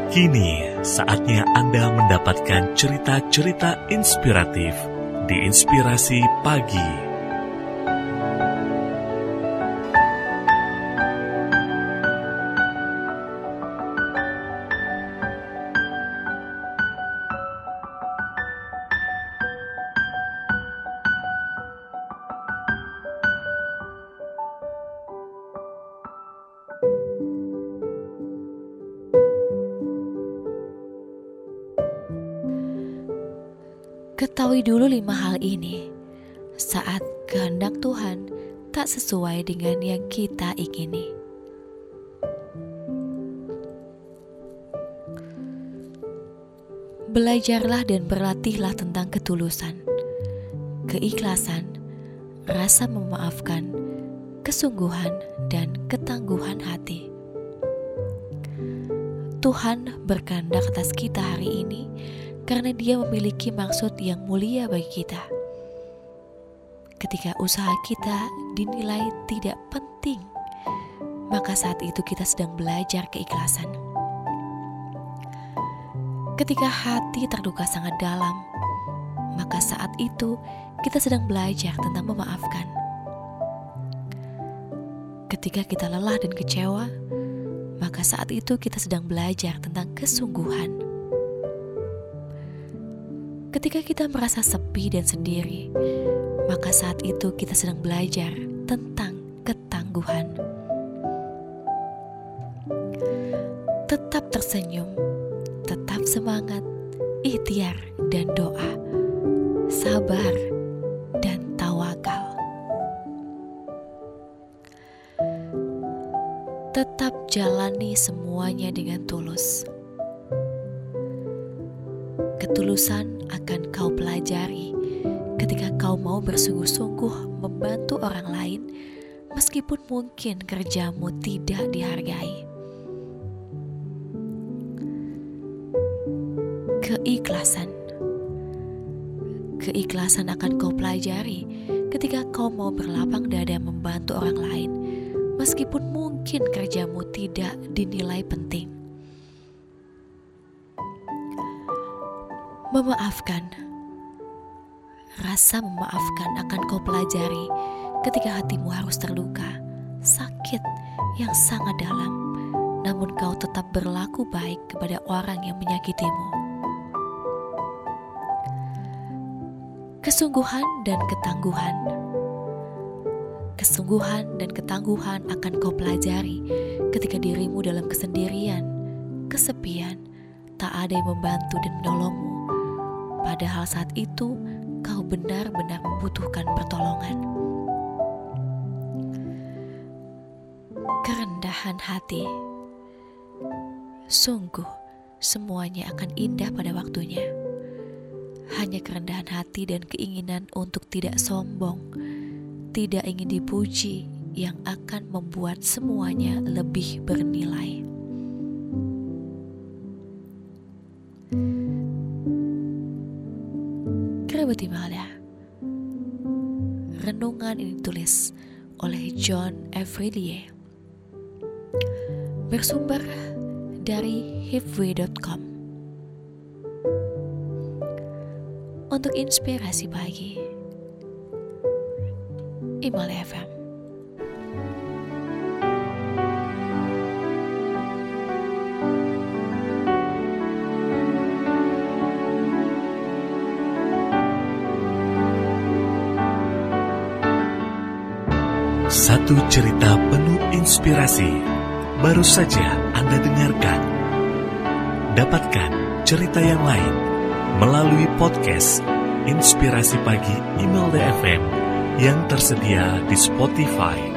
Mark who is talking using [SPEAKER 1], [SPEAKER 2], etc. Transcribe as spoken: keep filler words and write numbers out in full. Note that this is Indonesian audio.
[SPEAKER 1] Kini saatnya Anda mendapatkan cerita-cerita inspiratif di Inspirasi Pagi.
[SPEAKER 2] Ketahui dulu lima hal ini saat kehendak Tuhan tak sesuai dengan yang kita ingini. Belajarlah dan berlatihlah tentang ketulusan, keikhlasan, rasa memaafkan, kesungguhan, dan ketangguhan hati. Tuhan berkehendak atas kita hari ini karena Dia memiliki maksud yang mulia bagi kita. Ketika usaha kita dinilai tidak penting, maka saat itu kita sedang belajar keikhlasan. Ketika hati terluka sangat dalam, maka saat itu kita sedang belajar tentang memaafkan. Ketika kita lelah dan kecewa, maka saat itu kita sedang belajar tentang kesungguhan. Ketika kita merasa sepi dan sendiri, maka saat itu kita sedang belajar tentang ketangguhan. Tetap tersenyum, tetap semangat, ikhtiar dan doa, sabar dan tawakal. Tetap jalani semuanya dengan tulus. Ketulusan akan kau pelajari ketika kau mau bersungguh-sungguh membantu orang lain meskipun mungkin kerjamu tidak dihargai. Keikhlasan Keikhlasan akan kau pelajari ketika kau mau berlapang dada membantu orang lain meskipun mungkin kerjamu tidak dinilai penting. Memaafkan. Rasa memaafkan akan kau pelajari ketika hatimu harus terluka, sakit yang sangat dalam, namun kau tetap berlaku baik kepada orang yang menyakitimu. Kesungguhan dan ketangguhan. Kesungguhan dan ketangguhan akan kau pelajari ketika dirimu dalam kesendirian, kesepian, tak ada yang membantu dan menolongmu. Padahal saat itu kau benar-benar membutuhkan pertolongan. Kerendahan hati. Sungguh semuanya akan indah pada waktunya. Hanya kerendahan hati dan keinginan untuk tidak sombong, tidak ingin dipuji yang akan membuat semuanya lebih bernilai. Kerabat Himaya. Renungan ini ditulis oleh John Evridie, bersumber dari hifwe dot com. Untuk inspirasi pagi, Himaya F M.
[SPEAKER 1] Satu cerita penuh inspirasi baru saja Anda dengarkan. Dapatkan cerita yang lain melalui podcast Inspirasi Pagi Himaya F M yang tersedia di Spotify.